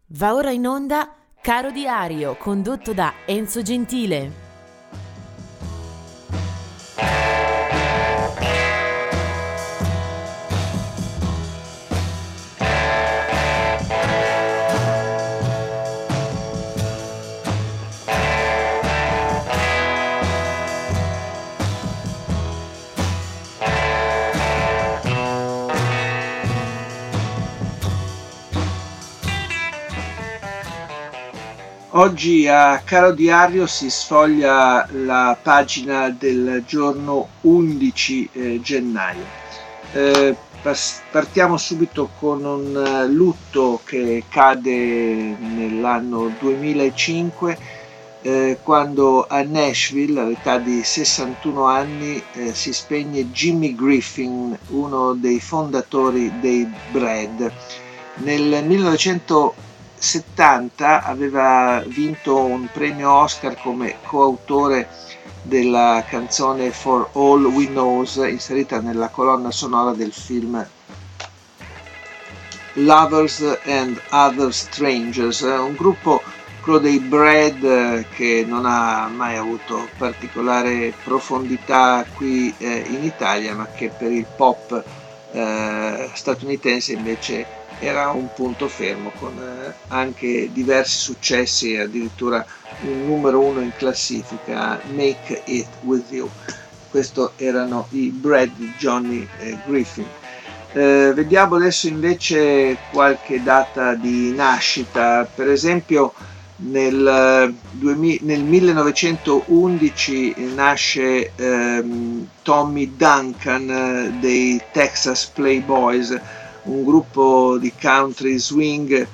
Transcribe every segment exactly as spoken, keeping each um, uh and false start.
Va ora in onda Caro Diario, condotto da Enzo Gentile. Oggi a Caro Diario si sfoglia la pagina del giorno undici eh, gennaio. Eh, pas- partiamo subito con un eh, lutto che cade nell'anno duemilacinque, eh, quando a Nashville, all'età di sessantuno anni, eh, si spegne Jimmy Griffin, uno dei fondatori dei Bread. Nel millenovecentosettanta aveva vinto un premio Oscar come coautore della canzone For All We Knows, inserita nella colonna sonora del film Lovers and Other Strangers, un gruppo, quello dei Bread, che non ha mai avuto particolare profondità qui eh, in Italia, ma che per il pop eh, statunitense invece era un punto fermo, con eh, anche diversi successi e addirittura un numero uno in classifica, Make It With You. Questo erano i Bread di Johnny eh, Griffin. Eh, vediamo adesso invece qualche data di nascita. Per esempio nel, duemila, nel millenovecentoundici nasce ehm, Tommy Duncan eh, dei Texas Playboys, un gruppo di country swing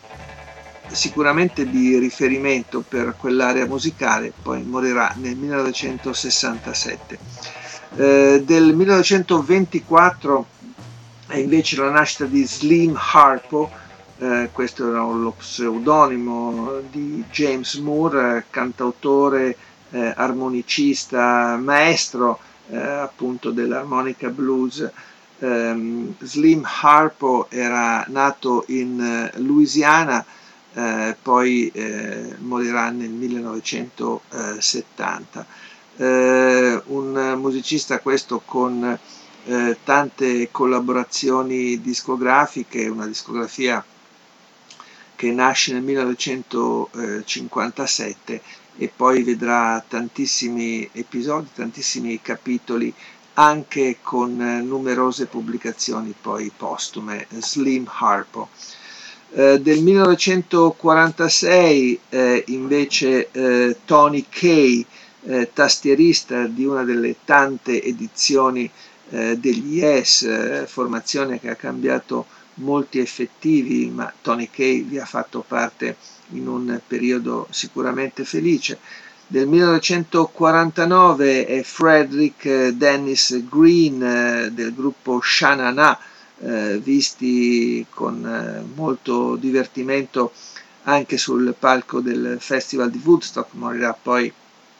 sicuramente di riferimento per quell'area musicale. Poi morirà nel millenovecentosessantasette. Eh, del millenovecentoventiquattro è invece la nascita di Slim Harpo. Eh, questo era lo pseudonimo di James Moore, eh, cantautore, eh, armonicista, maestro eh, appunto dell'armonica blues. Um, Slim Harpo era nato in uh, Louisiana, eh, poi eh, morirà nel millenovecentosettanta. Eh, un musicista questo con eh, tante collaborazioni discografiche, una discografia che nasce nel millenovecentocinquantasette e poi vedrà tantissimi episodi, tantissimi capitoli, anche con numerose pubblicazioni poi postume. Slim Harpo. Eh, del millenovecentoquarantasei eh, invece eh, Tony Kaye, eh, tastierista di una delle tante edizioni eh, degli Yes, eh, formazione che ha cambiato molti effettivi, ma Tony Kaye vi ha fatto parte in un periodo sicuramente felice. Del millenovecentoquarantanove è Frederick Dennis Green eh, del gruppo Sha Na Na, eh, visti con eh, molto divertimento anche sul palco del Festival di Woodstock. Morirà poi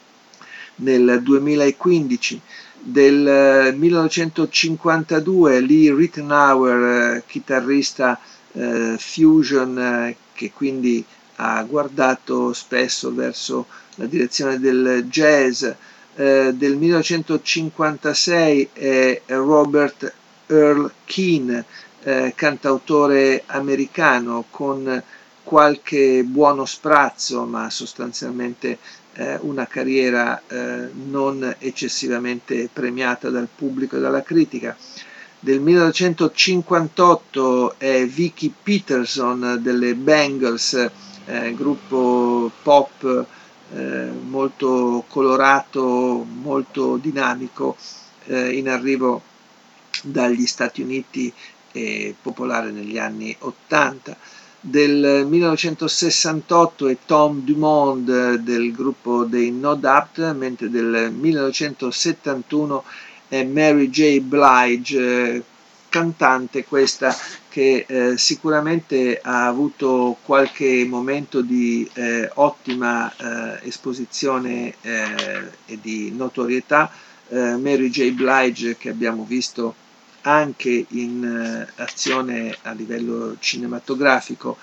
nel duemilaquindici. Del millenovecentocinquantadue Lee Ritenour, eh, chitarrista eh, fusion, eh, che quindi ha guardato spesso verso la direzione del jazz. Eh, del millenovecentocinquantasei è Robert Earl Keane, eh, cantautore americano con qualche buono sprazzo, ma sostanzialmente eh, una carriera eh, non eccessivamente premiata dal pubblico e dalla critica. Del millenovecentocinquantotto è Vicky Peterson delle Bangles, eh, gruppo pop eh, molto colorato, molto dinamico, eh, in arrivo dagli Stati Uniti e popolare negli anni ottanta. Del millenovecentosessantotto è Tom Dumond del gruppo dei No Doubt, mentre del millenovecentosettantuno è Mary J. Blige, cantante questa che eh, sicuramente ha avuto qualche momento di eh, ottima eh, esposizione eh, e di notorietà. eh, Mary J. Blige, che abbiamo visto anche in eh, azione a livello cinematografico,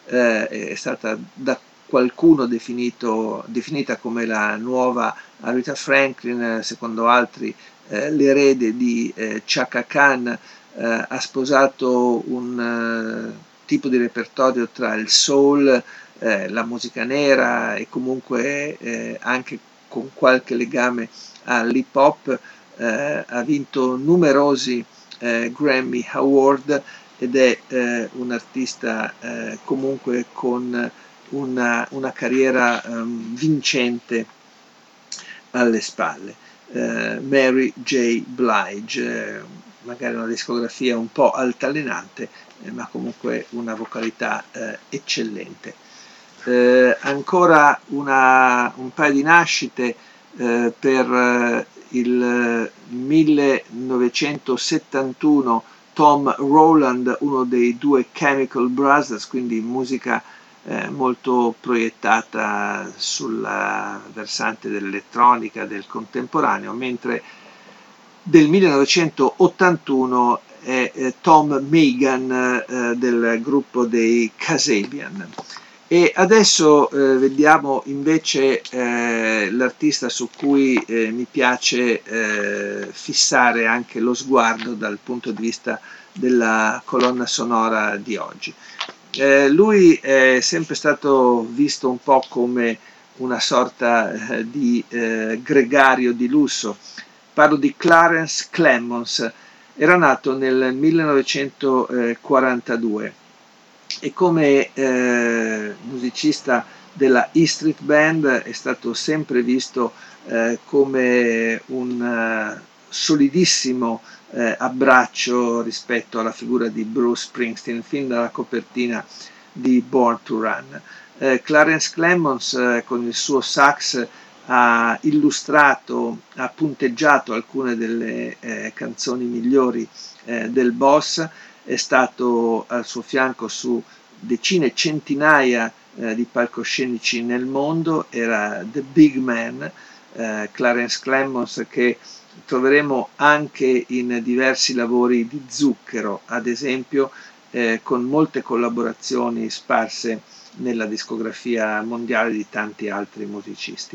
eh, è stata da qualcuno definito, definita come la nuova Aretha Franklin, secondo altri eh, l'erede di eh, Chaka Khan. Eh, ha sposato un eh, tipo di repertorio tra il soul, eh, la musica nera e comunque eh, anche con qualche legame all'hip hop. Eh, ha vinto numerosi eh, Grammy Award ed è eh, un artista eh, comunque con una, una carriera um, vincente alle spalle. Eh, Mary J. Blige, eh, magari una discografia un po' altalenante, eh, ma comunque una vocalità eh, eccellente. Eh, ancora una, un paio di nascite eh, per eh, il millenovecentosettantuno Tom Rowland, uno dei due Chemical Brothers, quindi musica eh, molto proiettata sulla versante dell'elettronica, del contemporaneo, mentre del millenovecentottantuno è eh, Tom Megan eh, del gruppo dei Kasabian. E adesso eh, vediamo invece eh, l'artista su cui eh, mi piace eh, fissare anche lo sguardo dal punto di vista della colonna sonora di oggi. Eh, lui è sempre stato visto un po' come una sorta eh, di eh, gregario di lusso. Parlo di Clarence Clemons. Era nato nel millenovecentoquarantadue e come eh, musicista della E Street Band è stato sempre visto eh, come un uh, solidissimo eh, abbraccio rispetto alla figura di Bruce Springsteen fin dalla copertina di Born to Run. Eh, Clarence Clemons eh, con il suo sax ha illustrato, ha punteggiato alcune delle eh, canzoni migliori eh, del boss. È stato al suo fianco su decine, centinaia eh, di palcoscenici nel mondo, era The Big Man, eh, Clarence Clemons, che troveremo anche in diversi lavori di Zucchero, ad esempio, eh, con molte collaborazioni sparse nella discografia mondiale di tanti altri musicisti.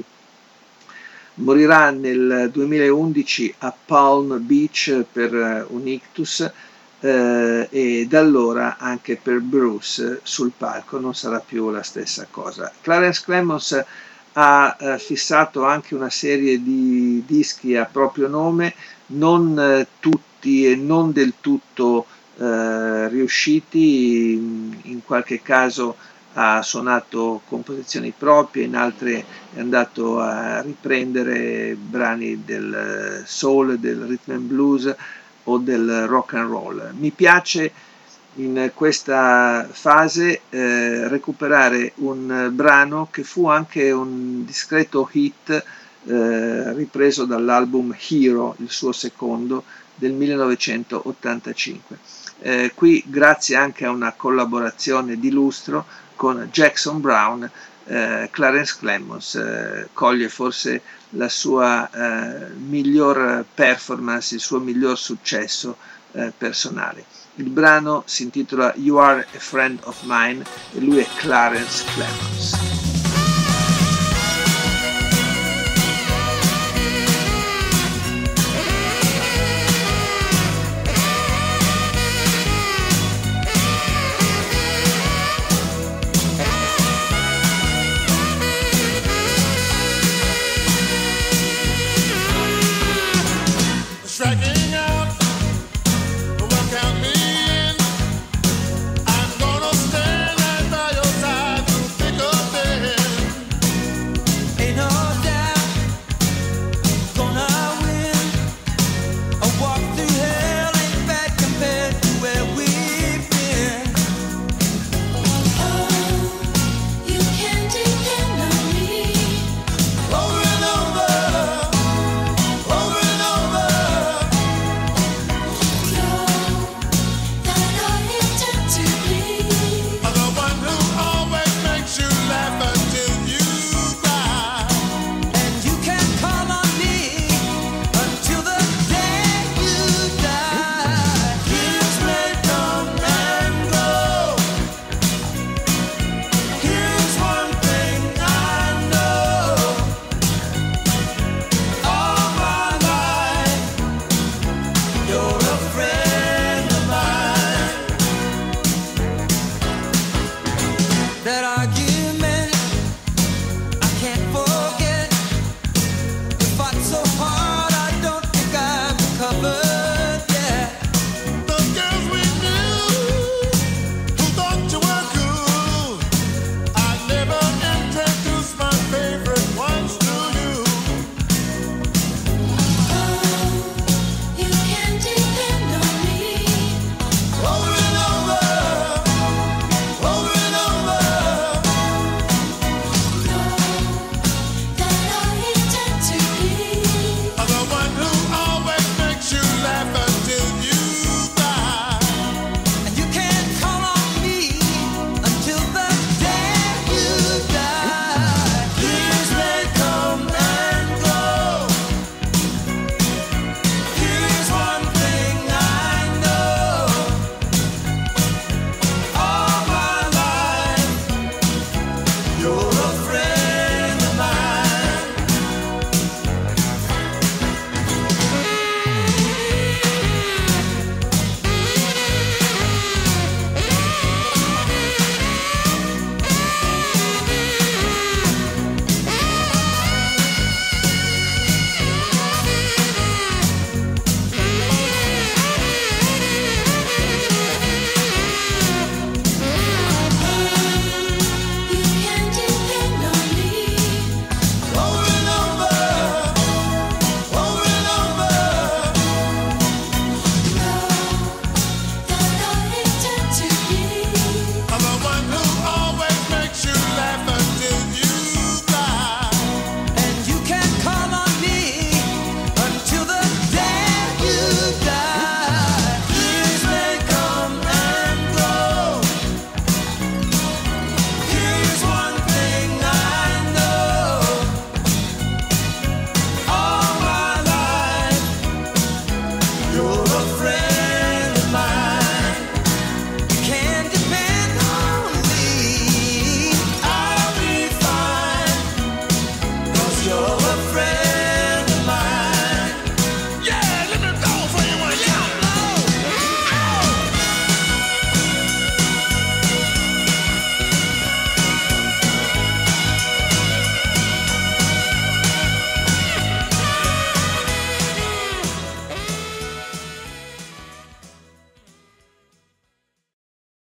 Morirà nel duemilaundici a Palm Beach per un ictus, eh, e da allora anche per Bruce sul palco non sarà più la stessa cosa. Clarence Clemons ha eh, fissato anche una serie di dischi a proprio nome, non eh, tutti e non del tutto eh, riusciti, in, in qualche caso ha suonato composizioni proprie, in altre è andato a riprendere brani del soul, del rhythm and blues o del rock and roll. Mi piace in questa fase eh, recuperare un brano che fu anche un discreto hit eh, ripreso dall'album Hero, il suo secondo, del millenovecentottantacinque. Eh, qui, grazie anche a una collaborazione di lustro con Jackson Browne, eh, Clarence Clemons eh, coglie forse la sua eh, miglior performance, il suo miglior successo eh, personale. Il brano si intitola You Are a Friend of Mine e lui è Clarence Clemons. Striking out, well, count me in. I'm gonna stand right by your side through thick or thin. that I